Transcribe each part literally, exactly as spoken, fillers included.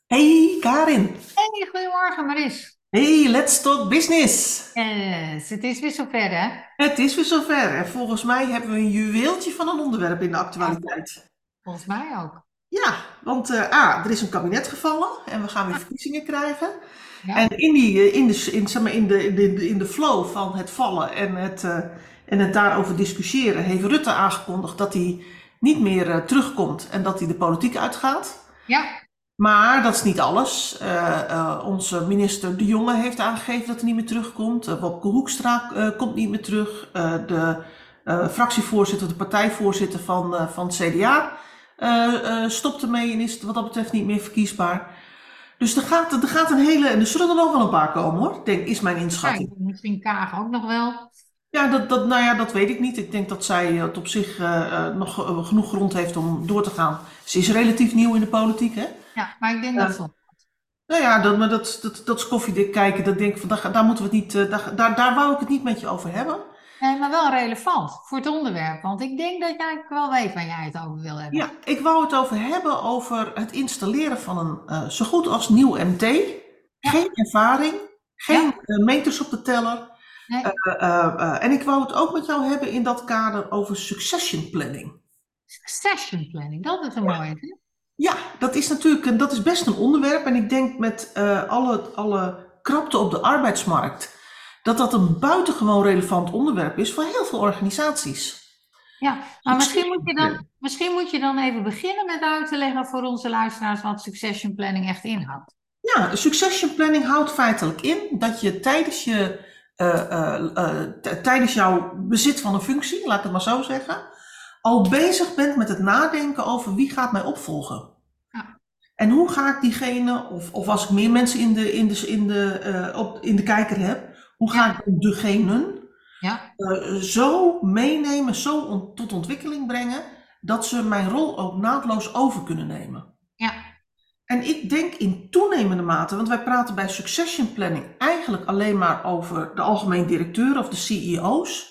Hey Karin, Hey, goedemorgen Maris. hey, let's talk business. Yes, het is weer zover hè? Het is weer zover en volgens mij hebben we een juweeltje van een onderwerp in de Ja, vol- actualiteit. volgens mij ook. Ja, want eh, A, er is een kabinet gevallen en we gaan weer Ah, verkiezingen krijgen. En ja, in, die, eh, in, de, in, zeg maar, in, de, in, de, in de flow van het vallen en het, eh, en het daarover discussiëren heeft Rutte aangekondigd dat hij niet meer eh, terugkomt en dat hij de politiek uitgaat. ja, Maar dat is niet alles. Eh, eh, onze minister De Jonge heeft aangegeven dat hij niet meer terugkomt. Uh, Wopke Hoekstra uh, komt niet meer terug. Uh, de uh, fractievoorzitter, de partijvoorzitter van, uh, van het C D A uh, uh, stopt ermee en is wat dat betreft niet meer verkiesbaar. Dus er gaat, er gaat een hele, en er zullen er nog wel een paar komen hoor, denk, is mijn ja, ik inschatting. denk misschien Kaag ook nog wel. Ja, dat, dat, nou ja, dat weet ik niet. Ik denk dat zij het op zich uh, uh, nog uh, genoeg grond heeft om door te gaan. Ze is relatief nieuw in de politiek, hè? Ja, maar ik denk Uh, dat zo. Nou ja, dat, maar dat, dat, dat is koffiedik kijken. Dat denk ik van, daar, daar moeten we het niet, eh, daar, daar, daar wou ik het niet met je over hebben. Nee, maar wel relevant voor het onderwerp. Want ik denk dat jij wel weet waar jij het over wil hebben. Ja, ik wou het over hebben over het installeren van een eh, zo goed als nieuw M T. Geen Ja, ervaring, geen ja, eh, meters op de teller. Eh, nee. eh, eh, en ik wou het ook met jou hebben in dat kader over succession planning. Succession planning, dat is een mooie. Hè? Ja, dat is natuurlijk een, dat is best een onderwerp. En ik denk met eh, alle, alle krapte op de arbeidsmarkt, dat dat een buitengewoon relevant onderwerp is voor heel veel organisaties. Ja, maar misschien moet Succession je dan, planning. misschien moet je dan even beginnen met uit te leggen voor onze luisteraars wat succession planning echt inhoudt. Ja, succession planning houdt feitelijk in dat je tijdens, je, eh, eh, eh, t- tijdens jouw bezit van een functie, laat ik het maar zo zeggen, al bezig bent met het nadenken over wie gaat mij opvolgen. Ja, En hoe ga ik diegene, of, of als ik meer mensen in de, in de, in de, eh, op, in de kijker heb, hoe ga ja, ik dan degenen ja, eh, zo meenemen, zo on- tot ontwikkeling brengen, dat ze mijn rol ook naadloos over kunnen nemen. ja. En ik denk in toenemende mate, want wij praten bij succession planning eigenlijk alleen maar over de algemeen directeur of de C E O's.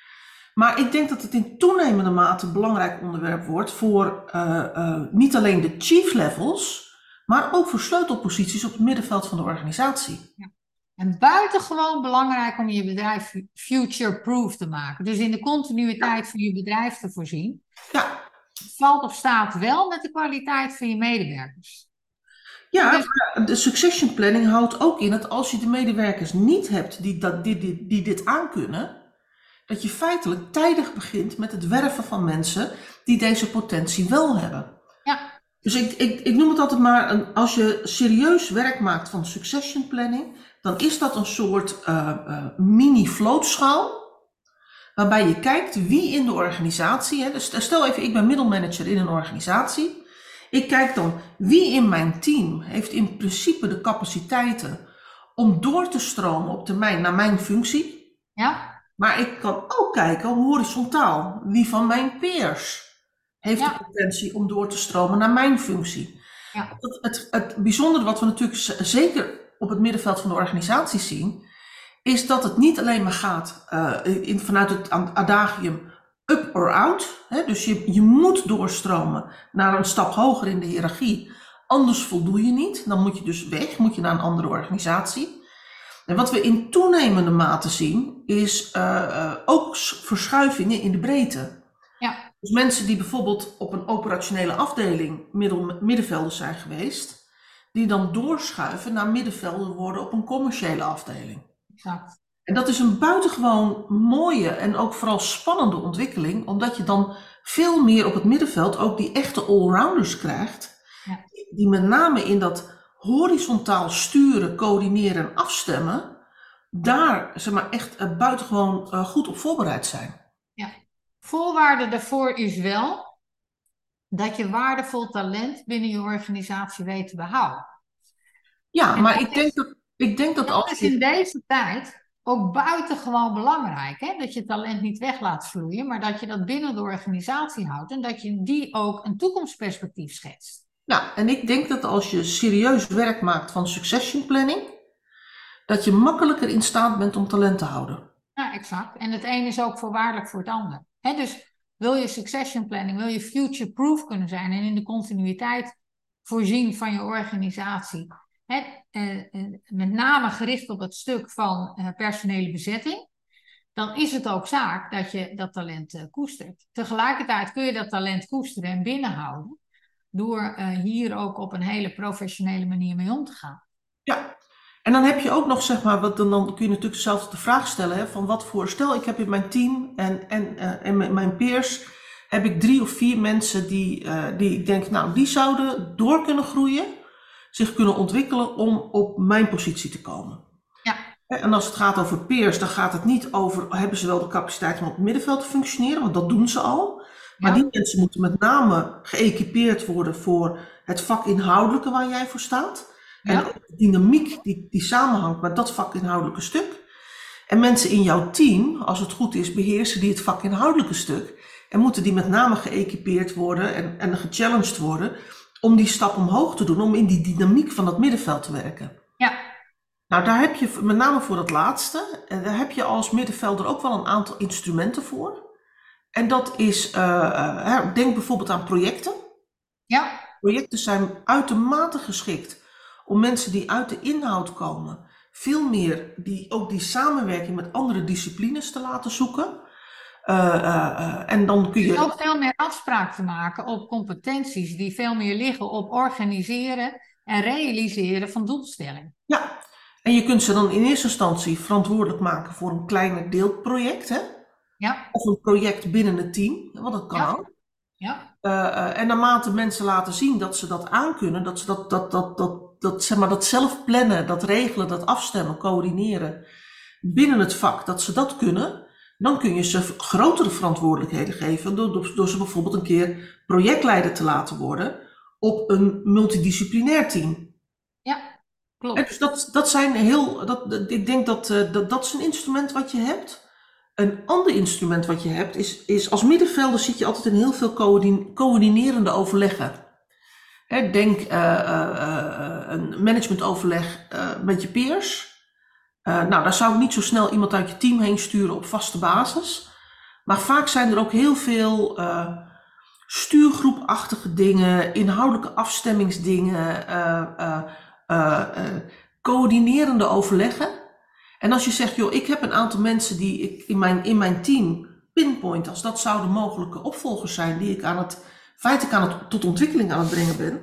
Maar ik denk dat het in toenemende mate een belangrijk onderwerp wordt voor uh, uh, niet alleen de chief levels, maar ook voor sleutelposities op het middenveld van de organisatie. Ja. En buitengewoon belangrijk om je bedrijf future-proof te maken. Dus in de Ja, continuïteit van je bedrijf te voorzien. ja, Valt of staat wel met de kwaliteit van je medewerkers. ja, Dus maar de succession planning houdt ook in dat als je de medewerkers niet hebt die, dat, die, die, die dit aankunnen, dat je feitelijk tijdig begint met het werven van mensen die deze potentie wel hebben. ja, Dus ik, ik, ik noem het altijd maar, een, als je serieus werk maakt van succession planning, dan is dat een soort uh, uh, mini-vlootschaal, waarbij je kijkt wie in de organisatie, hè, dus stel even ik ben middelmanager in een organisatie, ik kijk dan wie in mijn team heeft in principe de capaciteiten om door te stromen op termijn naar mijn functie, ja, maar ik kan ook kijken horizontaal wie van mijn peers heeft de ja, potentie om door te stromen naar mijn functie. ja, Het, het, het bijzondere wat we natuurlijk zeker op het middenveld van de organisatie zien, is dat het niet alleen maar gaat uh, in, vanuit het adagium up or out. Hè? Dus je, je moet doorstromen naar een stap hoger in de hiërarchie. Anders voldoe je niet. Dan moet je dus weg, moet je naar een andere organisatie. En wat we in toenemende mate zien, is uh, uh, ook verschuivingen in de breedte. ja. Dus mensen die bijvoorbeeld op een operationele afdeling middel, middenvelders zijn geweest, die dan doorschuiven naar middenvelder worden op een commerciële afdeling. Exact. En dat is een buitengewoon mooie en ook vooral spannende ontwikkeling, omdat je dan veel meer op het middenveld ook die echte allrounders krijgt, Ja. die met name in dat horizontaal sturen, coördineren en afstemmen, daar zeg maar, echt uh, buitengewoon uh, goed op voorbereid zijn. Ja. Voorwaarde daarvoor is wel dat je waardevol talent binnen je organisatie weet te behouden. Ja, En maar dat ik denk is, dat, ik denk dat dat als is in je. deze tijd ook buitengewoon belangrijk. Hè? Dat je talent niet weg laat vloeien, maar dat je dat binnen de organisatie houdt en dat je die ook een toekomstperspectief schetst. Ja, en ik denk dat als je serieus werk maakt van succession planning, dat je makkelijker in staat bent om talent te houden. Ja, exact. En het een is ook voorwaardelijk voor het ander. Dus wil je succession planning, wil je future-proof kunnen zijn en in de continuïteit voorzien van je organisatie. Hè, eh, eh, met name gericht op het stuk van eh, personele bezetting. Dan is het ook zaak dat je dat talent uh, koestert. Tegelijkertijd kun je dat talent koesteren en binnenhouden. Door uh, hier ook op een hele professionele manier mee om te gaan. Ja, en dan heb je ook nog, zeg maar, wat, dan, dan kun je natuurlijk zelf de vraag stellen, hè, van wat voor, stel ik heb in mijn team en, en, uh, en met mijn peers, heb ik drie of vier mensen die, uh, die ik denk, nou, die zouden door kunnen groeien, zich kunnen ontwikkelen om op mijn positie te komen. Ja. En als het gaat over peers, dan gaat het niet over, hebben ze wel de capaciteit om op het middenveld te functioneren, want dat doen ze al. Maar Ja. die mensen moeten met name geëquipeerd worden voor het vakinhoudelijke waar jij voor staat. En Ja. ook de dynamiek die, die samenhangt met dat vakinhoudelijke stuk. En mensen in jouw team, als het goed is, beheersen die het vakinhoudelijke stuk. En moeten die met name geëquipeerd worden en, en gechallenged worden om die stap omhoog te doen, om in die dynamiek van dat middenveld te werken. Ja. Nou, daar heb je met name voor dat laatste, en daar heb je als middenvelder ook wel een aantal instrumenten voor. En dat is, uh, uh, denk bijvoorbeeld aan projecten. Ja. Projecten zijn uitermate geschikt om mensen die uit de inhoud komen, veel meer die, ook die samenwerking met andere disciplines te laten zoeken. Uh, uh, uh, en dan kun je... Dus ook veel meer afspraak te maken op competenties die veel meer liggen op organiseren en realiseren van doelstellingen. Ja, en je kunt ze dan in eerste instantie verantwoordelijk maken voor een kleiner deelproject, hè? Ja. Of een project binnen het team, want dat kan Ja. ook. Ja. Uh, uh, en naarmate mensen laten zien dat ze dat aankunnen, dat ze dat, dat, dat, dat, dat, zeg maar, dat zelf plannen, dat regelen, dat afstemmen, coördineren binnen het vak, dat ze dat kunnen, dan kun je ze grotere verantwoordelijkheden geven door, door, door ze bijvoorbeeld een keer projectleider te laten worden op een multidisciplinair team. Ja, klopt. En dus dat, dat zijn heel, dat, dat, ik denk dat, uh, dat dat is een instrument wat je hebt. Een ander instrument wat je hebt is, is als middenvelder zit je altijd in heel veel coördin- coördinerende overleggen. Hè, denk uh, uh, uh, een managementoverleg uh, met je peers. Uh, nou, daar zou ik niet zo snel iemand uit je team heen sturen op vaste basis. Maar vaak zijn er ook heel veel uh, stuurgroepachtige dingen, inhoudelijke afstemmingsdingen, uh, uh, uh, uh, coördinerende overleggen. En als je zegt, joh, ik heb een aantal mensen die ik in mijn, in mijn team pinpoint, als dat zouden mogelijke opvolgers zijn, die ik aan het, feitelijk aan het, tot ontwikkeling aan het brengen ben,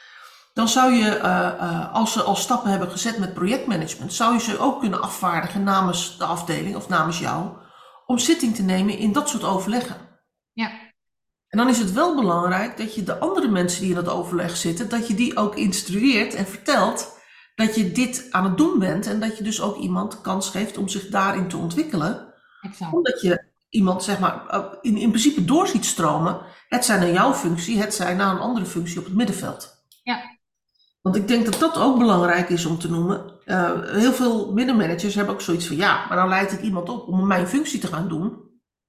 dan zou je, uh, uh, als ze al stappen hebben gezet met projectmanagement, zou je ze ook kunnen afvaardigen namens de afdeling of namens jou, om zitting te nemen in dat soort overleggen. Ja. En dan is het wel belangrijk dat je de andere mensen die in dat overleg zitten, dat je die ook instrueert en vertelt dat je dit aan het doen bent en dat je dus ook iemand kans geeft om zich daarin te ontwikkelen. Exact. Omdat je iemand, zeg maar, in, in principe door ziet stromen, het zij naar jouw functie, het zij naar een andere functie op het middenveld. Ja. Want ik denk dat dat ook belangrijk is om te noemen. Uh, heel veel middenmanagers hebben ook zoiets van, ja, maar dan leid ik iemand op om mijn functie te gaan doen.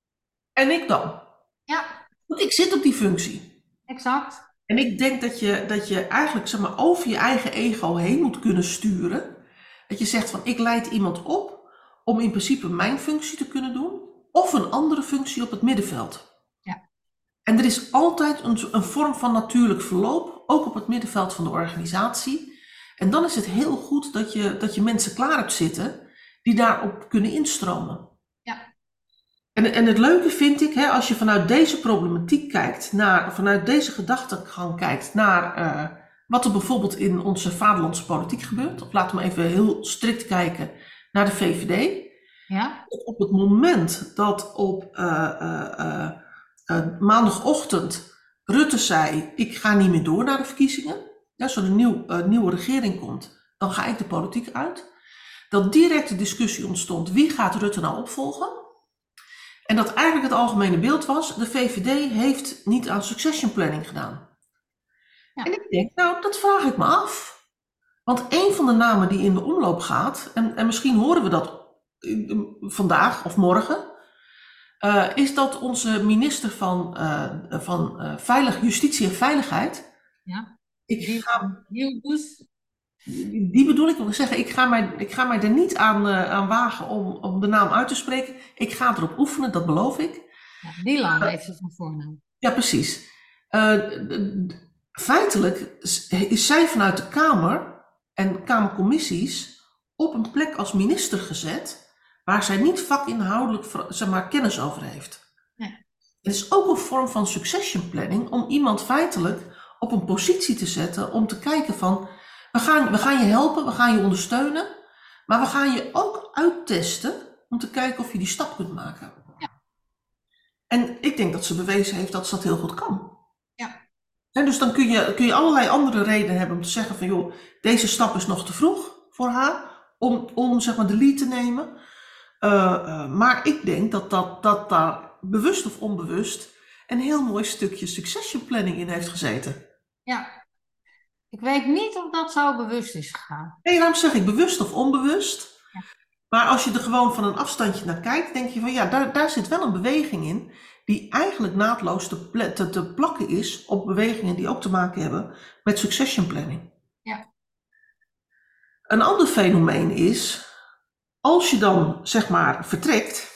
En ik dan? Ja. Want ik zit op die functie. Exact. En ik denk dat je, dat je eigenlijk, zeg maar, over je eigen ego heen moet kunnen sturen. Dat je zegt van, ik leid iemand op om in principe mijn functie te kunnen doen. Of een andere functie op het middenveld. Ja. En er is altijd een, een vorm van natuurlijk verloop, ook op het middenveld van de organisatie. En dan is het heel goed dat je, dat je mensen klaar hebt zitten die daarop kunnen instromen. Ja. En, en het leuke vind ik, hè, als je vanuit deze problematiek kijkt, naar, vanuit deze gedachtegang kijkt naar uh, wat er bijvoorbeeld in onze vaderlandse politiek gebeurt. Of laten we even heel strikt kijken naar de V V D. Ja. Op het moment dat op uh, uh, uh, uh, maandagochtend Rutte zei, ik ga niet meer door naar de verkiezingen. Ja, als er een nieuw, uh, nieuwe regering komt, dan ga ik de politiek uit. Dat direct de discussie ontstond, wie gaat Rutte nou opvolgen? En dat eigenlijk het algemene beeld was, de V V D heeft niet aan succession planning gedaan. Ja. En ik denk, nou, dat vraag ik me af. Want een van de namen die in de omloop gaat, en, en misschien horen we dat vandaag of morgen, uh, is dat onze minister van, uh, van uh, Veilig, Justitie en Veiligheid, ja. ik die, ga, die, die, die bedoel ik, wil zeggen, ik ga mij, ik ga mij er niet aan, uh, aan wagen om, om de naam uit te spreken. Ik ga erop oefenen, dat beloof ik. Ja, die lang heeft ze van voornaam. Ja, precies. Uh, feitelijk is zij vanuit de Kamer en Kamercommissies op een plek als minister gezet waar zij niet vakinhoudelijk, zeg maar, kennis over heeft. Nee. Het is ook een vorm van succession planning om iemand feitelijk op een positie te zetten om te kijken van, we gaan, we gaan je helpen, we gaan je ondersteunen, maar we gaan je ook uittesten om te kijken of je die stap kunt maken. Ja. En ik denk dat ze bewezen heeft dat ze dat heel goed kan. Ja. En dus dan kun je, kun je allerlei andere redenen hebben om te zeggen van, joh, deze stap is nog te vroeg voor haar om, om zeg maar de lead te nemen. Uh, uh, maar ik denk dat, dat, dat daar bewust of onbewust een heel mooi stukje succession planning in heeft gezeten. Ja, ik weet niet of dat zo bewust is gegaan. Nee, daarom zeg ik bewust of onbewust. Ja. Maar als je er gewoon van een afstandje naar kijkt, denk je van ja, daar, daar zit wel een beweging in die eigenlijk naadloos te, te, te plakken is op bewegingen die ook te maken hebben met succession planning. Ja. Een ander fenomeen is, als je dan zeg maar vertrekt,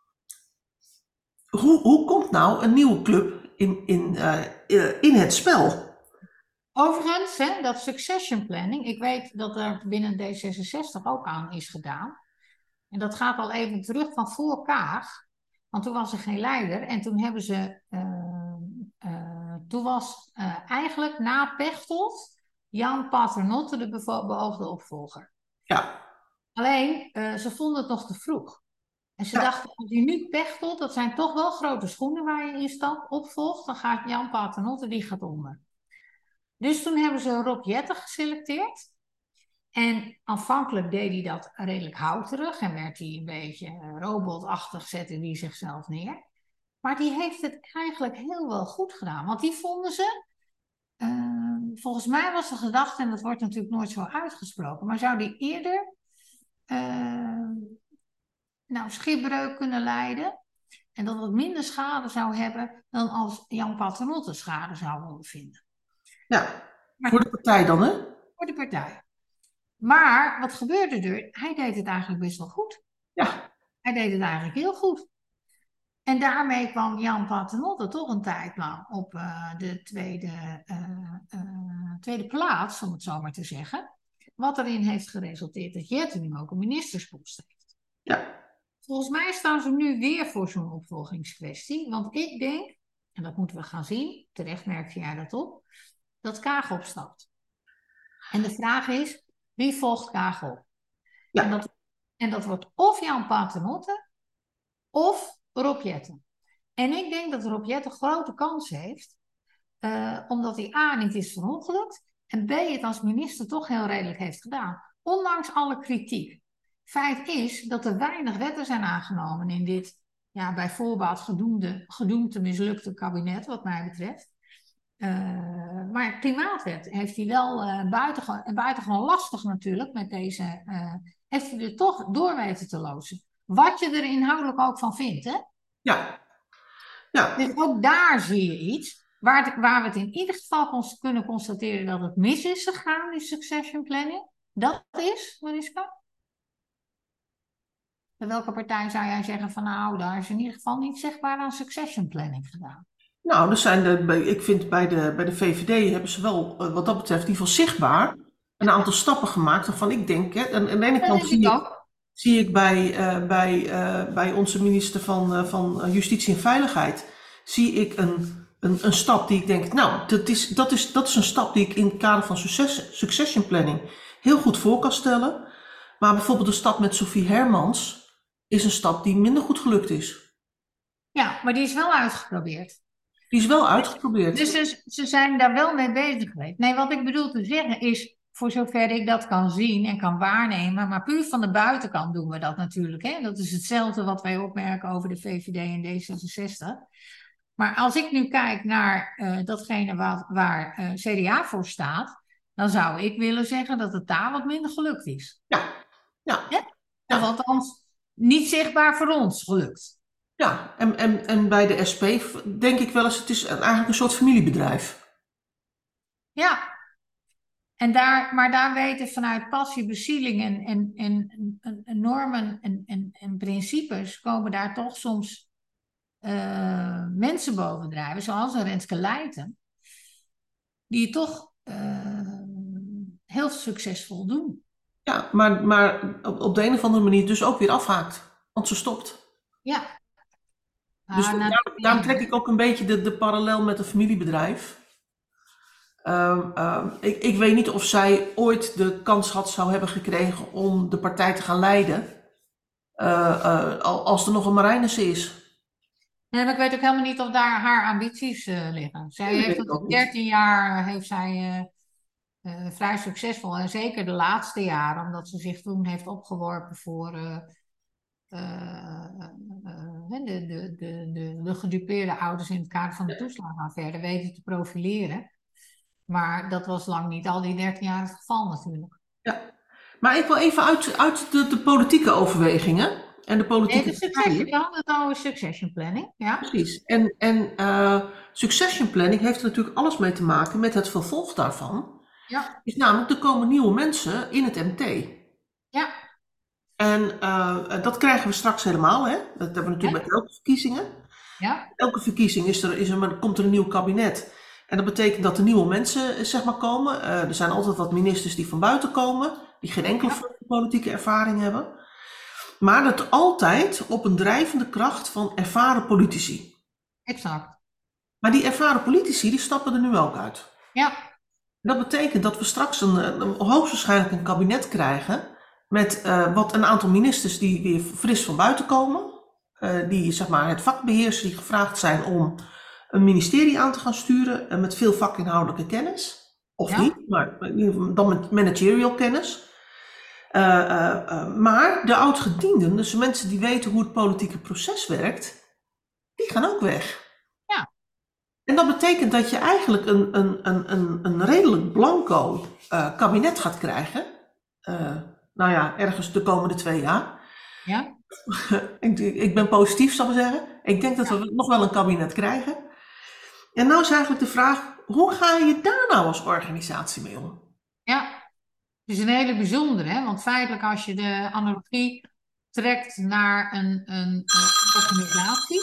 hoe, hoe komt nou een nieuwe club in, in, uh, in het spel? Overigens, hè, dat succession planning, ik weet dat er binnen D zesenzestig ook aan is gedaan. En dat gaat al even terug van voor Kaag, want toen was er geen leider. En toen hebben ze, uh, uh, toen was uh, eigenlijk na Pechtold Jan Paternotte de bevo- beoogde opvolger. Ja. Alleen, uh, ze vonden het nog te vroeg. En ze ja. dachten, als je nu Pechtold, dat zijn toch wel grote schoenen waar je in stapt, opvolgt, dan gaat Jan Paternotte, die gaat onder. Dus toen hebben ze Rob Jetten geselecteerd. En aanvankelijk deed hij dat redelijk houterig en werd hij een beetje robotachtig, zette hij zichzelf neer. Maar die heeft het eigenlijk heel wel goed gedaan. Want die vonden ze, uh, volgens mij was de gedachte, en dat wordt natuurlijk nooit zo uitgesproken, maar zou die eerder uh, nou, schipbreuk kunnen leiden en dat het minder schade zou hebben dan als Jan Paternotte schade zou ondervinden. Ja, maar voor de partij dan, hè? Voor de partij. Maar wat gebeurde er? Hij deed het eigenlijk best wel goed. Ja. Hij deed het eigenlijk heel goed. En daarmee kwam Jan Paternotte toch een tijd lang op uh, de tweede, uh, uh, tweede plaats, om het zo maar te zeggen. Wat erin heeft geresulteerd dat Jetten nu ook een ministerspost heeft. Ja. Volgens mij staan ze nu weer voor zo'n opvolgingskwestie. Want ik denk, en dat moeten we gaan zien, terecht merkte jij dat op, dat Kaag opstapt. En de vraag is, wie volgt Kaag op? Ja. En, dat, en dat wordt of Jan Paternotte of Rob Jetten. En ik denk dat Rob Jetten grote kans heeft, uh, omdat hij A, niet is verongelukt, en B, het als minister toch heel redelijk heeft gedaan. Ondanks alle kritiek. Feit is dat er weinig wetten zijn aangenomen in dit, ja, bij voorbaat gedoemde, gedoemde mislukte kabinet, wat mij betreft. Uh, maar klimaatwet heeft hij wel uh, buitengewoon, buitengewoon lastig natuurlijk met deze, uh, heeft hij er toch door weten te lozen. Wat je er inhoudelijk ook van vindt, hè? Ja. Ja. Dus ook daar zie je iets waar, het, waar we het in ieder geval cons- kunnen constateren dat het mis is gegaan, die succession planning. Dat is, Mariska? Bij welke partij zou jij zeggen van nou, daar is in ieder geval niet zichtbaar aan succession planning gedaan? Nou, er zijn de, ik vind bij de, bij de V V D hebben ze wel, wat dat betreft, in ieder geval zichtbaar een aantal stappen gemaakt waarvan ik denk, hè, aan, aan de ene kant zie ik, zie ik bij, uh, bij, uh, bij onze minister van, uh, van Justitie en Veiligheid, zie ik een, een, een stap die ik denk, nou, dat is, dat, is, dat is een stap die ik in het kader van succes, succession planning heel goed voor kan stellen. Maar bijvoorbeeld de stap met Sophie Hermans is een stap die minder goed gelukt is. Ja, maar die is wel uitgeprobeerd. Die is wel uitgeprobeerd. Dus ze, ze zijn daar wel mee bezig geweest. Nee, wat ik bedoel te zeggen is, voor zover ik dat kan zien en kan waarnemen, maar puur van de buitenkant doen we dat natuurlijk. Hè? Dat is hetzelfde wat wij opmerken over de V V D en D zesenzestig. Maar als ik nu kijk naar uh, datgene waar, waar uh, C D A voor staat, dan zou ik willen zeggen dat het daar wat minder gelukt is. Ja. Ja. Ja? Of althans, niet zichtbaar voor ons gelukt. Ja, en, en, en bij de S P denk ik wel eens, het is eigenlijk een soort familiebedrijf. Ja, en daar, maar daar weten vanuit passie, bezieling en, en, en, en, en normen en, en, en principes komen daar toch soms uh, mensen bovendrijven, zoals een Renske Leijten. die het toch uh, heel succesvol doen. Ja, maar, maar op, op de een of andere manier dus ook weer afhaakt. Want ze stopt. Ja. Dus Ah, nou, daar, daarom trek ik ook een beetje de, de parallel met een familiebedrijf. Um, um, ik, ik weet niet of zij ooit de kans had zou hebben gekregen om de partij te gaan leiden. Uh, uh, als er nog een Marijnissen is. Nee, maar ik weet ook helemaal niet of daar haar ambities uh, liggen. Zij Nee, heeft het dertien jaar heeft zij, uh, uh, vrij succesvol. En zeker de laatste jaren, omdat ze zich toen heeft opgeworpen voor uh, uh, uh, de, de, de, de, de gedupeerde ouders in het kader van de toeslagenaffaire weten te profileren. Maar dat was lang niet al die dertien jaar het geval natuurlijk. Ja, maar ik wil even uit, uit de, de politieke overwegingen. En de politieke nee, de succession, we hadden het over succession planning, ja. Precies. En, en uh, succession planning heeft er natuurlijk alles mee te maken met het vervolg daarvan. Ja. Is namelijk, er komen nieuwe mensen in het M T. Ja. En uh, dat krijgen we straks helemaal, hè? Dat hebben we natuurlijk ja. met elke verkiezingen. Ja. Elke verkiezing is er, is er, komt er een nieuw kabinet. En dat betekent dat er nieuwe mensen zeg maar, komen. Uh, er zijn altijd wat ministers die van buiten komen, die geen enkele ja. politieke ervaring hebben. Maar dat altijd op een drijvende kracht van ervaren politici. Exact. Maar die ervaren politici, die stappen er nu ook uit. Ja. Dat betekent dat we straks een, een, hoogstwaarschijnlijk een kabinet krijgen met uh, wat een aantal ministers die weer fris van buiten komen. Uh, die zeg maar het vak beheersen, die gevraagd zijn om een ministerie aan te gaan sturen uh, met veel vakinhoudelijke kennis. Of ja. niet, maar dan met managerial kennis. Uh, uh, uh, maar de oudgedienden, dus de mensen die weten hoe het politieke proces werkt, die gaan ook weg. Ja. En dat betekent dat je eigenlijk een, een, een, een, een redelijk blanco uh, kabinet gaat krijgen. Uh, nou ja, ergens de komende twee jaar. Ja. ik, ik ben positief, zal ik maar zeggen. Ik denk dat ja. we nog wel een kabinet krijgen. En nou is eigenlijk de vraag, hoe ga je daar nou als organisatie mee om? Ja. Het is een hele bijzondere, hè? Want feitelijk als je de analogie trekt naar een, een, een organisatie,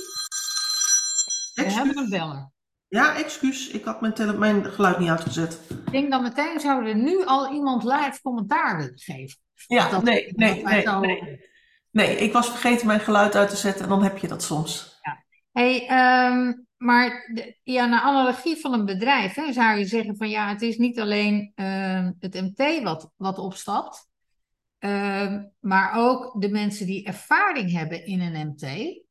we hebben een beller. Ja, excuus, ik had mijn, tele- mijn geluid niet uitgezet. Ik denk dat meteen zou er nu al iemand live commentaar willen geven. Ja, dat, nee, nee, dat nee, zo... nee. Nee, ik was vergeten mijn geluid uit te zetten en dan heb je dat soms. Ja. Hey, um, maar de, ja, naar analogie van een bedrijf hè, zou je zeggen van ja, het is niet alleen uh, het M T wat, wat opstapt, uh, maar ook de mensen die ervaring hebben in een M T,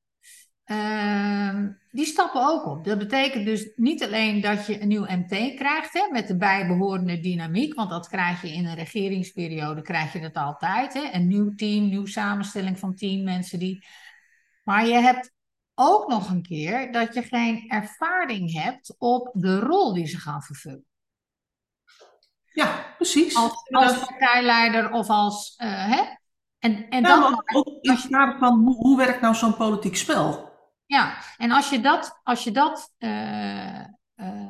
uh, die stappen ook op. Dat betekent dus niet alleen dat je een nieuw M T krijgt hè, met de bijbehorende dynamiek, want dat krijg je in een regeringsperiode, krijg je dat altijd. Hè, een nieuw team, nieuwe samenstelling van team, mensen die... Maar je hebt ook nog een keer dat je geen ervaring hebt op de rol die ze gaan vervullen. Ja, precies. Als, als partijleider of als... Uh, hè? En, en ja, dat maar ook in het kader van hoe, hoe werkt nou zo'n politiek spel? Ja, en als je dat, als je dat uh, uh,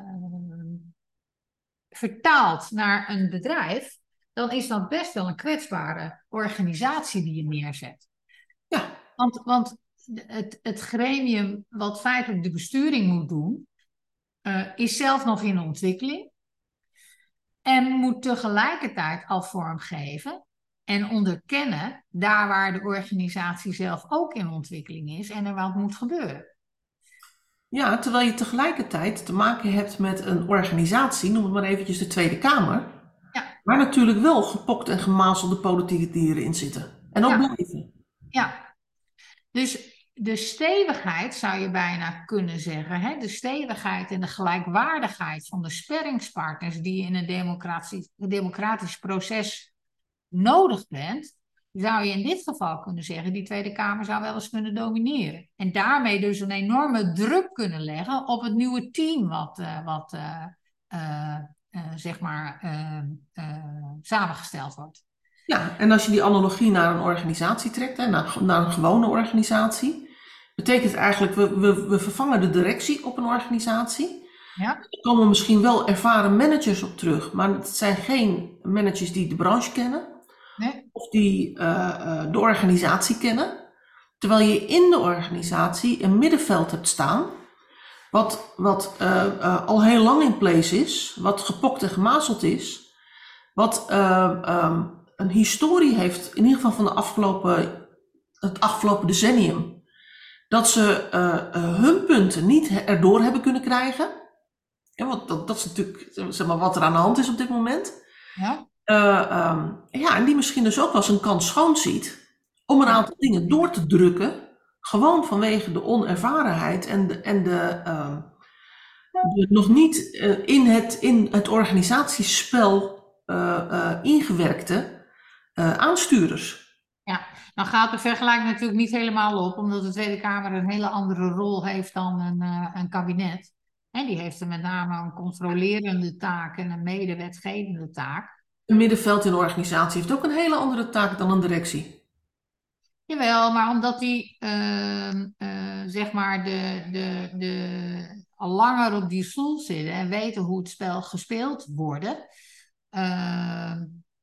vertaalt naar een bedrijf, dan is dat best wel een kwetsbare organisatie die je neerzet. Ja. Want, want het, het gremium wat feitelijk de besturing moet doen, uh, is zelf nog in ontwikkeling. En moet tegelijkertijd al vormgeven en onderkennen daar waar de organisatie zelf ook in ontwikkeling is en er wat moet gebeuren. Ja, terwijl je tegelijkertijd te maken hebt met een organisatie, noem het maar eventjes de Tweede Kamer, ja. waar natuurlijk wel gepokt en gemazelde politieke dieren in zitten. En ook ja. blijven. Ja, dus de stevigheid zou je bijna kunnen zeggen, hè? De stevigheid en de gelijkwaardigheid van de sparringspartners die je in een democratisch, democratisch proces nodig bent, zou je in dit geval kunnen zeggen, die Tweede Kamer zou wel eens kunnen domineren. En daarmee dus een enorme druk kunnen leggen op het nieuwe team wat, uh, wat uh, uh, uh, zeg maar uh, uh, samengesteld wordt. Ja, en als je die analogie naar een organisatie trekt, hè, naar, naar een gewone organisatie, betekent eigenlijk, we, we, we vervangen de directie op een organisatie. Ja. Er komen misschien wel ervaren managers op terug, maar het zijn geen managers die de branche kennen. Nee. Of die uh, uh, de organisatie kennen. Terwijl je in de organisatie een middenveld hebt staan wat, wat uh, uh, al heel lang in place is, wat gepokt en gemazeld is, wat uh, um, een historie heeft, in ieder geval van de afgelopen, het afgelopen decennium, dat ze uh, uh, hun punten niet erdoor hebben kunnen krijgen. Ja, want dat, dat is natuurlijk zeg maar, wat er aan de hand is op dit moment. Ja. Uh, um, ja, en die misschien dus ook wel eens een kans schoon ziet om een aantal dingen door te drukken, gewoon vanwege de onervarenheid en de, en de, uh, de nog niet uh, in, het, in het organisatiespel uh, uh, ingewerkte uh, aanstuurders. Ja, dan gaat de vergelijking natuurlijk niet helemaal op, omdat de Tweede Kamer een hele andere rol heeft dan een, uh, een kabinet. En die heeft er met name een controlerende taak en een medewetgevende taak. Een middenveld in de organisatie heeft ook een hele andere taak dan een directie. Jawel, maar omdat die, uh, uh, zeg maar, de, de, de, al langer op die stoel zitten en weten hoe het spel gespeeld wordt. Uh,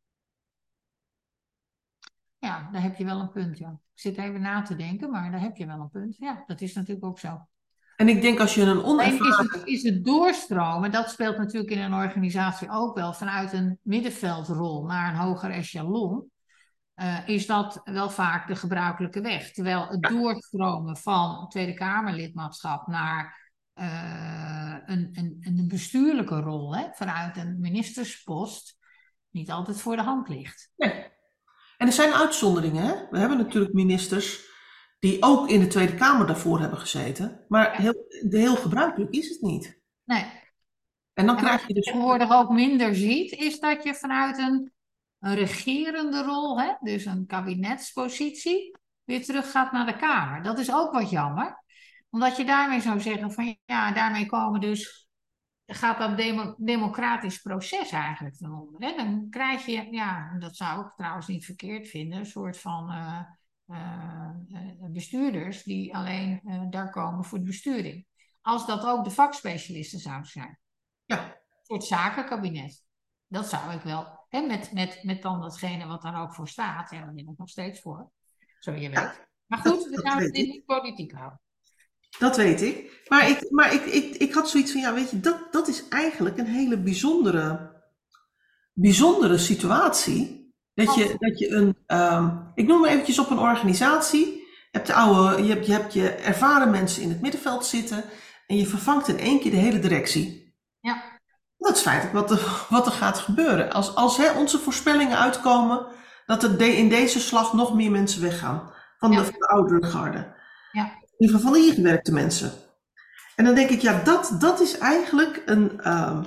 ja, daar heb je wel een punt, ja. Ik zit even na te denken, maar daar heb je wel een punt. Ja, dat is natuurlijk ook zo. En ik denk als je een onervaren... Is het, is het doorstromen, dat speelt natuurlijk in een organisatie ook wel, vanuit een middenveldrol naar een hoger echelon, uh, is dat wel vaak de gebruikelijke weg. Terwijl het doorstromen van Tweede Kamerlidmaatschap naar uh, een, een, een bestuurlijke rol, hè, vanuit een ministerspost, niet altijd voor de hand ligt. Nee. En er zijn uitzonderingen, hè? We hebben natuurlijk ministers die ook in de Tweede Kamer daarvoor hebben gezeten. Maar heel, heel gebruikelijk is het niet. Nee. En dan en krijg je dus... Wat je tegenwoordig ook minder ziet, is dat je vanuit een, een regerende rol, hè, dus een kabinetspositie, weer terug gaat naar de Kamer. Dat is ook wat jammer. Omdat je daarmee zou zeggen van ja, daarmee komen dus... gaat dat demo, democratisch proces eigenlijk ten onder. Hè? Dan krijg je, ja, dat zou ik trouwens niet verkeerd vinden, een soort van uh, uh, bestuurders die alleen uh, daar komen voor de besturing. Als dat ook de vakspecialisten zouden zijn. Ja. Een soort zakenkabinet. Dat zou ik wel. Hè? Met, met, met dan datgene wat daar ook voor staat. Ja, daar ben ik nog steeds voor. Zo je weet. Ja, maar goed, we gaan het niet politiek houden. Dat weet ik. Maar, ik, maar ik, ik, ik had zoiets van, ja, weet je, dat, dat is eigenlijk een hele bijzondere, bijzondere situatie. Dat je, dat je een, um, ik noem maar eventjes op een organisatie. Je hebt, de oude, je, hebt, je hebt je ervaren mensen in het middenveld zitten en je vervangt in één keer de hele directie. Ja. Dat is feitelijk wat er, wat er gaat gebeuren. Als, als hè, onze voorspellingen uitkomen dat er de, in deze slag nog meer mensen weggaan van, ja. de, van de oudere garde. Ja. In ieder geval van de ingewerkte mensen. En dan denk ik, ja, dat, dat is eigenlijk een... Um,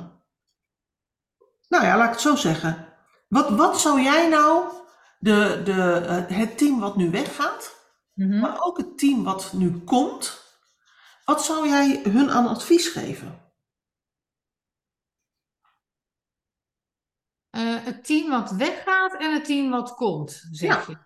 nou ja, laat ik het zo zeggen. Wat, wat zou jij nou, de, de, uh, het team wat nu weggaat, mm-hmm. maar ook het team wat nu komt, wat zou jij hun aan advies geven? Uh, het team wat weggaat en het team wat komt, zeg ja. je.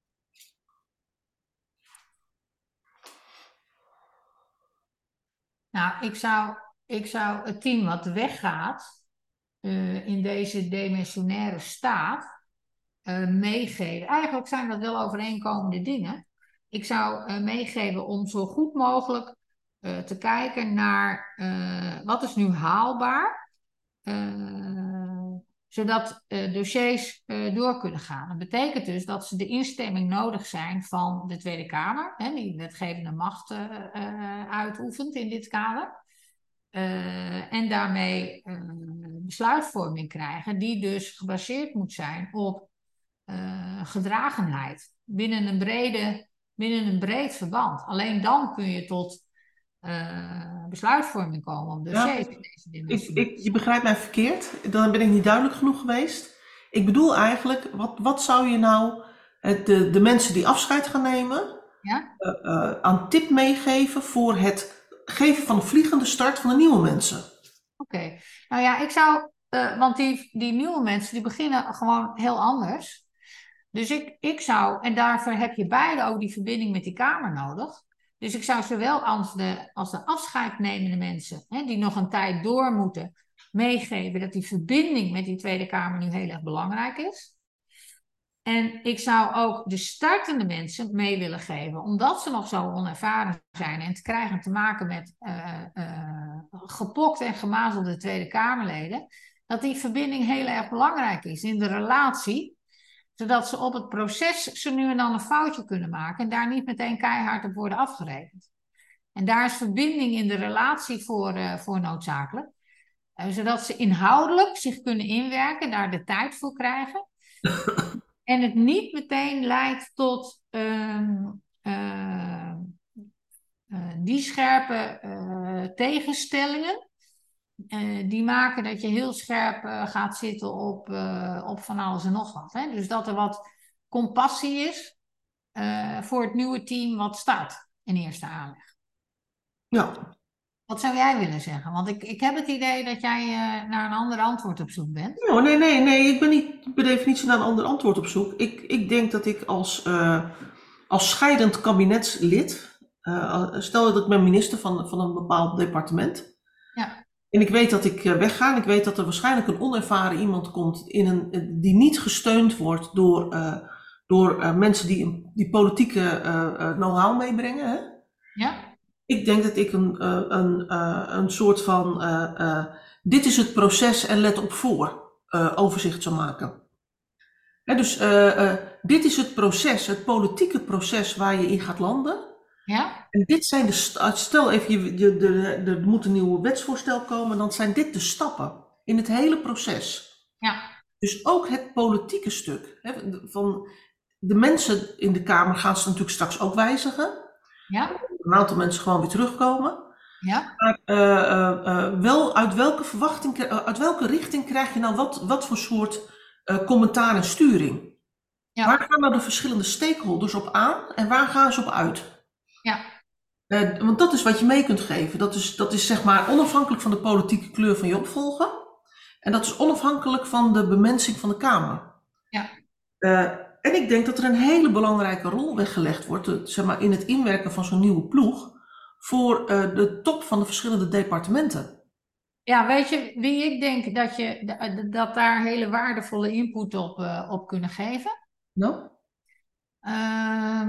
Nou, ik zou, ik zou het team wat weggaat uh, in deze demissionaire staat uh, meegeven. Eigenlijk zijn dat wel overeenkomende dingen. Ik zou uh, meegeven om zo goed mogelijk uh, te kijken naar uh, wat is nu haalbaar, uh, zodat uh, dossiers uh, door kunnen gaan. Dat betekent dus dat ze de instemming nodig zijn van de Tweede Kamer, hè, die wetgevende macht uh, uh, uitoefent in dit kader. Uh, en daarmee uh, besluitvorming krijgen, die dus gebaseerd moet zijn op uh, gedragenheid binnen een, brede, binnen een breed verband. Alleen dan kun je tot uh, besluitvorming komen op dossiers ja, in deze dimensie. Ik, ik, je begrijpt mij verkeerd, dan ben ik niet duidelijk genoeg geweest. Ik bedoel eigenlijk, wat, wat zou je nou de, de mensen die afscheid gaan nemen, ja? uh, uh, aan tip meegeven voor het geven van een vliegende start van de nieuwe mensen? Oké, okay. Nou ja, ik zou, uh, want die, die nieuwe mensen die beginnen gewoon heel anders. Dus ik, ik zou, en daarvoor heb je beide ook die verbinding met die Kamer nodig. Dus ik zou zowel als de, als de afscheidnemende mensen, hè, die nog een tijd door moeten, meegeven dat die verbinding met die Tweede Kamer nu heel erg belangrijk is. En ik zou ook de startende mensen mee willen geven, omdat ze nog zo onervaren zijn en te krijgen te maken met uh, uh, gepokte en gemazelde Tweede Kamerleden, dat die verbinding heel erg belangrijk is in de relatie, zodat ze op het proces ze nu en dan een foutje kunnen maken en daar niet meteen keihard op worden afgerekend. En daar is verbinding in de relatie voor, uh, voor noodzakelijk, uh, zodat ze inhoudelijk zich kunnen inwerken, daar de tijd voor krijgen. En het niet meteen leidt tot um, uh, uh, die scherpe uh, tegenstellingen. Uh, die maken dat je heel scherp uh, gaat zitten op, uh, op van alles en nog wat. Hè? Dus dat er wat compassie is uh, voor het nieuwe team wat start in eerste aanleg. Ja. Wat zou jij willen zeggen? Want ik, ik heb het idee dat jij uh, naar een ander antwoord op zoek bent. Oh, nee, nee, nee, ik ben niet per definitie naar een ander antwoord op zoek. Ik, ik denk dat ik als, uh, als scheidend kabinetslid, uh, stel dat ik ben minister van, van een bepaald departement. Ja. En ik weet dat ik uh, wegga en ik weet dat er waarschijnlijk een onervaren iemand komt in een, die niet gesteund wordt door, uh, door uh, mensen die, die politieke uh, uh, know-how meebrengen. Hè? Ja. Ik denk dat ik een, uh, een, uh, een soort van, uh, uh, dit is het proces en let op voor, uh, overzicht zou maken. Hè, dus uh, uh, dit is het proces, het politieke proces waar je in gaat landen. Ja. En dit zijn de, stel even, je, je, de, de, er moet een nieuw wetsvoorstel komen, dan zijn dit de stappen in het hele proces. Ja. Dus ook het politieke stuk. Hè, van de mensen in de Kamer gaan ze natuurlijk straks ook wijzigen. Ja. Een aantal mensen gewoon weer terugkomen. Ja. Maar uh, uh, uh, wel uit welke verwachting, uh, uit welke richting krijg je nou wat, wat voor soort uh, commentaar en sturing? Ja. Waar gaan nou de verschillende stakeholders op aan en waar gaan ze op uit? Ja. Uh, want dat is wat je mee kunt geven. Dat is, dat is zeg maar onafhankelijk van de politieke kleur van je opvolger. En dat is onafhankelijk van de bemensing van de Kamer. Ja. Uh, en ik denk dat er een hele belangrijke rol weggelegd wordt, uh, zeg maar, in het inwerken van zo'n nieuwe ploeg voor uh, de top van de verschillende departementen. Ja, weet je wie ik denk dat, je, dat daar hele waardevolle input op, uh, op kunnen geven? Nou? Uh,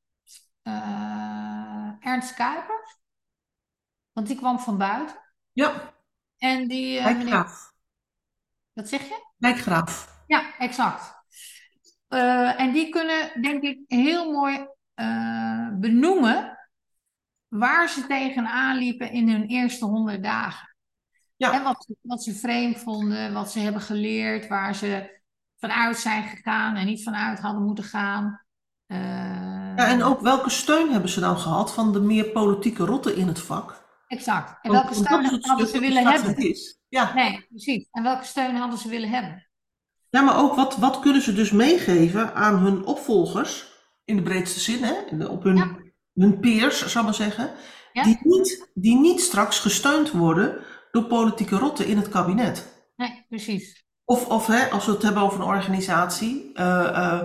uh, Ernst Kuipers. Want die kwam van buiten. Ja. En die... Uh, Lijkgraaf. meneer... Wat zeg je? Lijkgraaf. Ja, exact. Uh, en die kunnen, denk ik, heel mooi uh, benoemen waar ze tegenaan liepen in hun eerste honderd dagen. Ja. En wat, wat ze vreemd vonden, wat ze hebben geleerd, waar ze vanuit zijn gegaan en niet vanuit hadden moeten gaan. Uh... Ja, en ook welke steun hebben ze dan gehad van de meer politieke rotten in het vak? Exact. En Want, welke steun hadden ze willen hebben? Is. Ja. Nee, precies. En welke steun hadden ze willen hebben? Ja, maar ook wat, wat kunnen ze dus meegeven aan hun opvolgers, in de breedste zin, hè? Op hun, ja. hun peers, zou ik maar zeggen, ja. die, niet, die niet straks gesteund worden door politieke rotten in het kabinet. Nee, precies. Of, of hè, als we het hebben over een organisatie, uh, uh,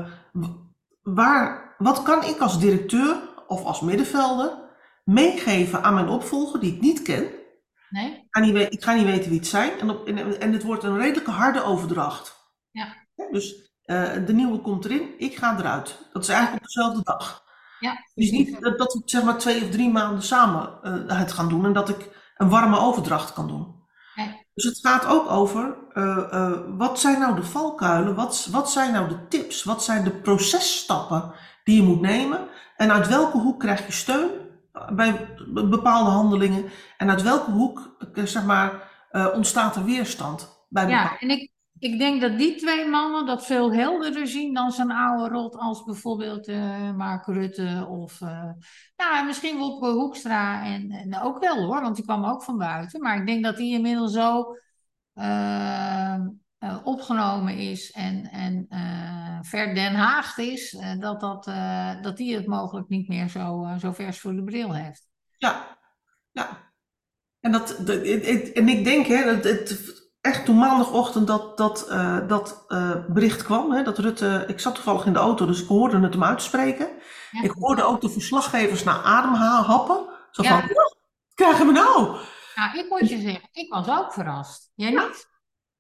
waar, wat kan ik als directeur of als middenvelder meegeven aan mijn opvolger die ik niet ken? Nee. Ik ga niet, we- ik ga niet weten wie het zijn en, op, en, en het wordt een redelijke harde overdracht. Ja. Dus uh, de nieuwe komt erin, ik ga eruit. Dat is eigenlijk op dezelfde dag. Ja, dus niet dat, dat we zeg maar twee of drie maanden samen uh, het gaan doen en dat ik een warme overdracht kan doen. Nee. Dus het gaat ook over, uh, uh, wat zijn nou de valkuilen, wat, wat zijn nou de tips, wat zijn de processtappen die je moet nemen en uit welke hoek krijg je steun bij bepaalde handelingen en uit welke hoek zeg maar, uh, ontstaat er weerstand bij bepaalde. Ja, en ik, ik denk dat die twee mannen dat veel helderder zien dan zo'n oude rot als bijvoorbeeld uh, Mark Rutte of uh, nou, misschien Wopke Hoekstra en, en ook wel hoor, want die kwam ook van buiten. Maar ik denk dat die inmiddels zo uh, uh, opgenomen is en, en uh, ver Den Haag is, uh, dat, dat, uh, dat die het mogelijk niet meer zo, uh, zo vers voor de bril heeft. Ja, ja. En, dat, dat, en ik denk hè, dat het... Echt toen maandagochtend dat, dat, uh, dat uh, bericht kwam, hè, dat Rutte, ik zat toevallig in de auto, dus ik hoorde het hem uitspreken. Ja. Ik hoorde ook de verslaggevers naar adem happen. Zo ja. van, wat krijgen we nou? Nou, ik moet je zeggen, ik was ook verrast. Jij ja. niet?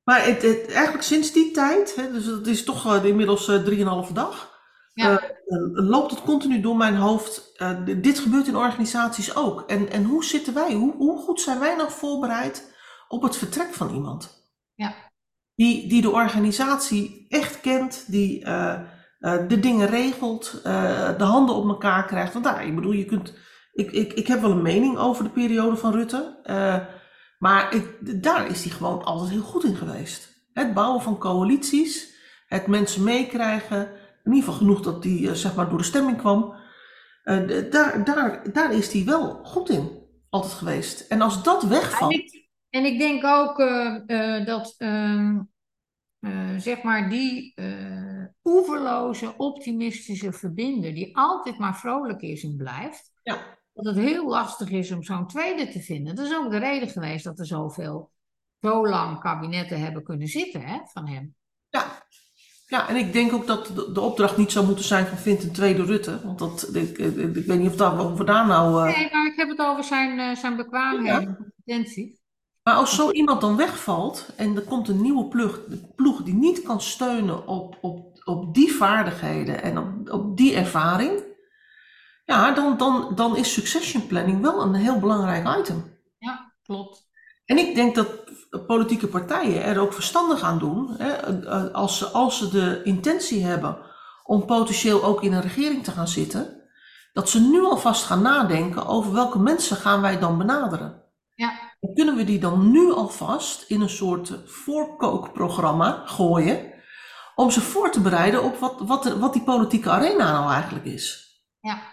Maar het, het, eigenlijk sinds die tijd, hè, dus dat is toch uh, inmiddels uh, drieënhalve dag, uh, uh, Ja, loopt het continu door mijn hoofd. Uh, dit gebeurt in organisaties ook. En, en hoe zitten wij, hoe, hoe goed zijn wij nog voorbereid op het vertrek van iemand? ja. Die, die de organisatie echt kent, die uh, uh, de dingen regelt, uh, de handen op elkaar krijgt. Want daar, ik bedoel, je kunt, ik, ik, ik heb wel een mening over de periode van Rutte. Uh, maar ik, daar is hij gewoon altijd heel goed in geweest. Het bouwen van coalities, het mensen meekrijgen. In ieder geval genoeg dat die uh, zeg maar door de stemming kwam. Uh, daar, daar, daar is hij wel goed in, altijd geweest. En als dat En wegvalt. ik, en ik denk ook uh, uh, dat uh, uh, zeg maar die uh, oeverloze, optimistische verbinder, die altijd maar vrolijk is en blijft, Ja, dat het heel lastig is om zo'n tweede te vinden. Dat is ook de reden geweest dat er zoveel, zo lang kabinetten hebben kunnen zitten, hè, van hem. ja. Ja, en ik denk ook dat de, de opdracht niet zou moeten zijn van vind een tweede Rutte. Want dat, ik, ik, ik weet niet of, dat, of we daar nou... Uh, Nee, maar ik heb het over zijn, uh, zijn bekwaamheden en ja. competenties. Maar als zo iemand dan wegvalt en er komt een nieuwe ploeg, ploeg die niet kan steunen op, op, op die vaardigheden en op, op die ervaring. Ja, dan, dan, dan is succession planning wel een heel belangrijk item. Ja, klopt. En ik denk dat politieke partijen er ook verstandig aan doen, hè, als, ze, als ze de intentie hebben om potentieel ook in een regering te gaan zitten, dat ze nu alvast gaan nadenken over welke mensen gaan wij dan benaderen. Ja. En kunnen we die dan nu alvast in een soort voorkookprogramma gooien, om ze voor te bereiden op wat, wat, er, wat die politieke arena nou eigenlijk is. Ja.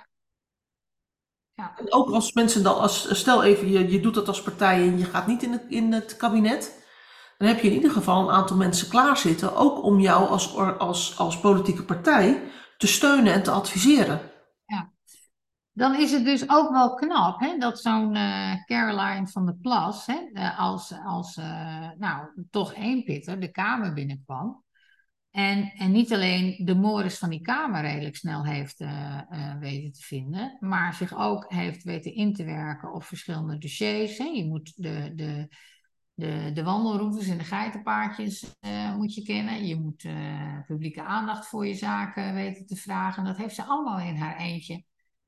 Ja. En ook als mensen dan, als, stel even je, je doet dat als partij en je gaat niet in het, in het kabinet, dan heb je in ieder geval een aantal mensen klaarzitten, ook om jou als, als, als politieke partij te steunen en te adviseren. Ja. Dan is het dus ook wel knap hè, dat zo'n uh, Caroline van der Plas, hè, uh, als, als uh, nou, toch één pitter, de Kamer binnenkwam. En, en niet alleen de mores van die Kamer redelijk snel heeft uh, uh, weten te vinden, maar zich ook heeft weten in te werken op verschillende dossiers. Hè. Je moet de, de, de, de wandelroutes en de geitenpaardjes uh, moet je kennen. Je moet uh, publieke aandacht voor je zaken weten te vragen. Dat heeft ze allemaal in haar eentje.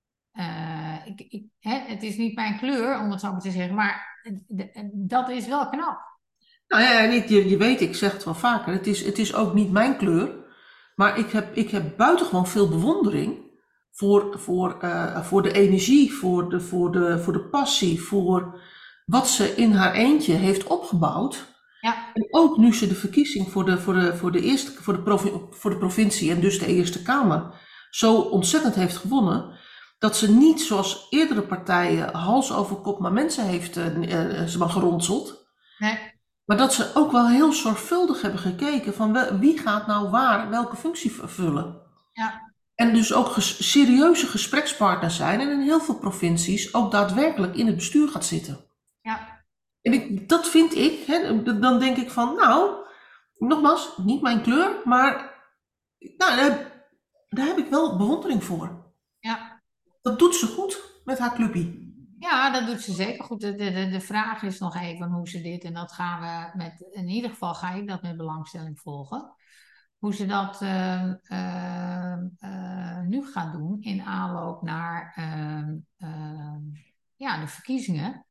Uh, ik, ik, hè, het is niet mijn kleur, om het zo maar te zeggen, maar de, dat is wel knap. Nou ja, je, je weet, ik zeg het wel vaker, het is, het is ook niet mijn kleur, maar ik heb, ik heb buitengewoon veel bewondering voor, voor, uh, voor de energie, voor de, voor, de, voor de passie, voor wat ze in haar eentje heeft opgebouwd. Ja. En ook nu ze de verkiezing voor de, voor de, voor de, eerste, voor de, provi voor de provincie en dus de Eerste Kamer zo ontzettend heeft gewonnen, dat ze niet zoals eerdere partijen hals over kop maar mensen heeft uh, uh, geronseld. Nee. Maar dat ze ook wel heel zorgvuldig hebben gekeken van wie gaat nou waar welke functie vervullen. Ja. En dus ook ges serieuze gesprekspartners zijn en in heel veel provincies ook daadwerkelijk in het bestuur gaat zitten. Ja. En ik, dat vind ik, hè, dan denk ik van nou, nogmaals, niet mijn kleur, maar nou, daar, daar heb ik wel bewondering voor. Ja. Dat doet ze goed met haar clubje. Ja, dat doet ze zeker goed. De, de, de vraag is nog even hoe ze dit, en dat gaan we met, in ieder geval ga ik dat met belangstelling volgen. Hoe ze dat uh, uh, uh, nu gaan doen in aanloop naar uh, uh, ja, de verkiezingen.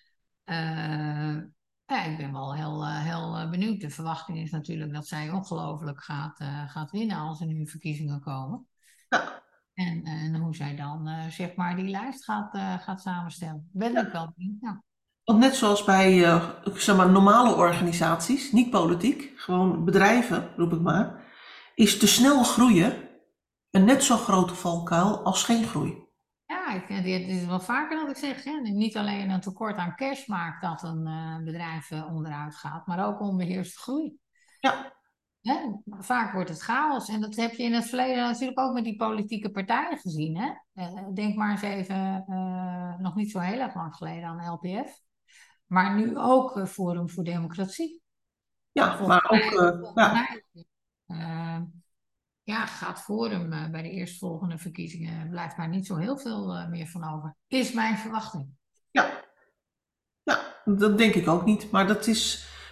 Uh, ja, ik ben wel heel, uh, heel benieuwd. De verwachting is natuurlijk dat zij ongelooflijk gaat, uh, gaat winnen als er nu verkiezingen komen. Ja. En, en hoe zij dan uh, zeg maar die lijst gaat, uh, gaat samenstellen. Ben ik wel benieuwd. Ja. Want net zoals bij uh, zeg maar, normale organisaties, niet politiek, gewoon bedrijven, roep ik maar, is te snel groeien een net zo grote valkuil als geen groei. Ja, ik, het is wel vaker dat ik zeg, hè, niet alleen een tekort aan cash maakt dat een uh, bedrijf uh, onderuit gaat, maar ook onbeheerste groei. Ja. Hè? Vaak wordt het chaos. En dat heb je in het verleden natuurlijk ook met die politieke partijen gezien. Hè? Uh, denk maar eens even, uh, nog niet zo heel erg lang geleden aan L P F. Maar nu ook uh, Forum voor Democratie. Ja, Volgens maar ook, mij, uh, volgens ja. mij uh, ja, gaat Forum uh, bij de eerstvolgende verkiezingen, blijft daar niet zo heel veel uh, meer van over. Is mijn verwachting. Ja. Ja, dat denk ik ook niet. Maar dat is,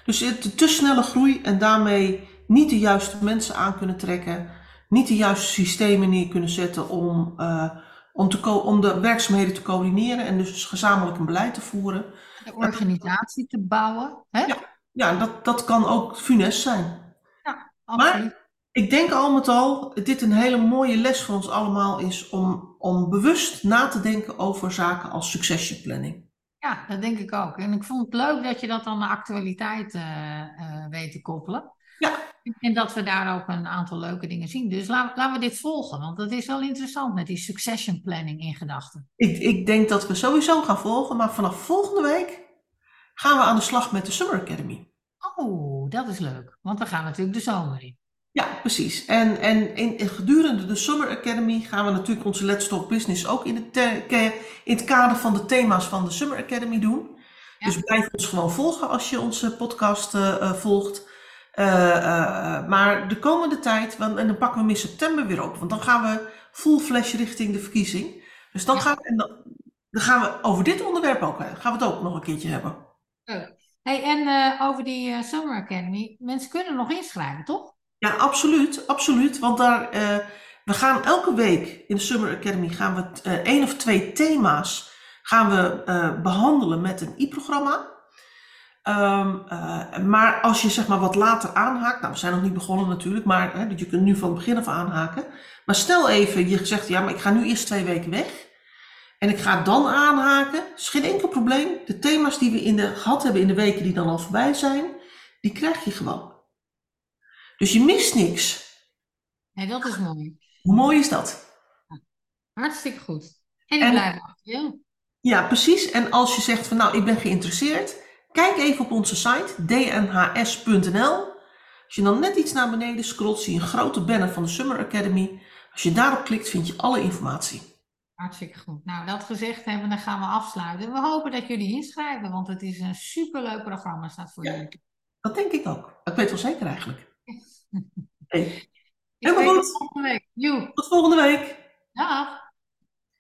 Dus het, te snelle groei en daarmee niet de juiste mensen aan kunnen trekken, niet de juiste systemen neer kunnen zetten om, uh, om, te om de werkzaamheden te coördineren en dus gezamenlijk een beleid te voeren. De organisatie te bouwen. Hè? Ja, ja dat, dat kan ook funest zijn. Ja, absoluut. Maar ik denk al met al, dit een hele mooie les voor ons allemaal is om, om bewust na te denken over zaken als succession planning. Ja, dat denk ik ook. En ik vond het leuk dat je dat aan de actualiteit uh, uh, weet te koppelen. Ja. En dat we daar ook een aantal leuke dingen zien. Dus laten, laten we dit volgen, want dat is wel interessant met die succession planning in gedachten. Ik, ik denk dat we sowieso gaan volgen, maar vanaf volgende week gaan we aan de slag met de Summer Academy. Oh, dat is leuk, want we gaan natuurlijk de zomer in. Ja, precies. En, en in, in gedurende de Summer Academy gaan we natuurlijk onze Let's Talk Business ook in het, in het kader van de thema's van de Summer Academy doen. Ja. Dus blijf ons gewoon volgen als je onze podcast uh, volgt. Uh, uh, maar de komende tijd, en dan pakken we hem in september weer op, want dan gaan we full flash richting de verkiezing. Dus dan, ja. gaan, we, en dan, dan gaan we over dit onderwerp ook, gaan we het ook nog een keertje hebben. Uh. Hey, en uh, over die uh, Summer Academy, mensen kunnen nog inschrijven, toch? Ja, absoluut, absoluut. Want daar, uh, we gaan elke week in de Summer Academy gaan we uh, één of twee thema's gaan we uh, behandelen met een i-programma. Um, uh, maar als je zeg maar wat later aanhaakt, nou we zijn nog niet begonnen natuurlijk, maar hè, je kunt nu van het begin af aanhaken. Maar stel even, je zegt ja, maar ik ga nu eerst twee weken weg en ik ga dan aanhaken. Is geen enkel probleem. De thema's die we in de, gehad hebben in de weken die dan al voorbij zijn, die krijg je gewoon. Dus je mist niks. Nee, dat is mooi. Hoe mooi is dat? Ja, hartstikke goed. En ik blijf actueel. Ja, precies. En als je zegt van nou, ik ben geïnteresseerd, kijk even op onze site d n h s punt n l. Als je dan net iets naar beneden scrolt, zie je een grote banner van de Summer Academy. Als je daarop klikt, vind je alle informatie. Hartstikke goed. Nou, dat gezegd hebben, dan gaan we afsluiten. We hopen dat jullie inschrijven, want het is een superleuk programma, staat voor ja, jullie. Dat denk ik ook. Ik weet wel zeker eigenlijk. Hey. Helemaal goed. Tot volgende week. Tot volgende week. Dag.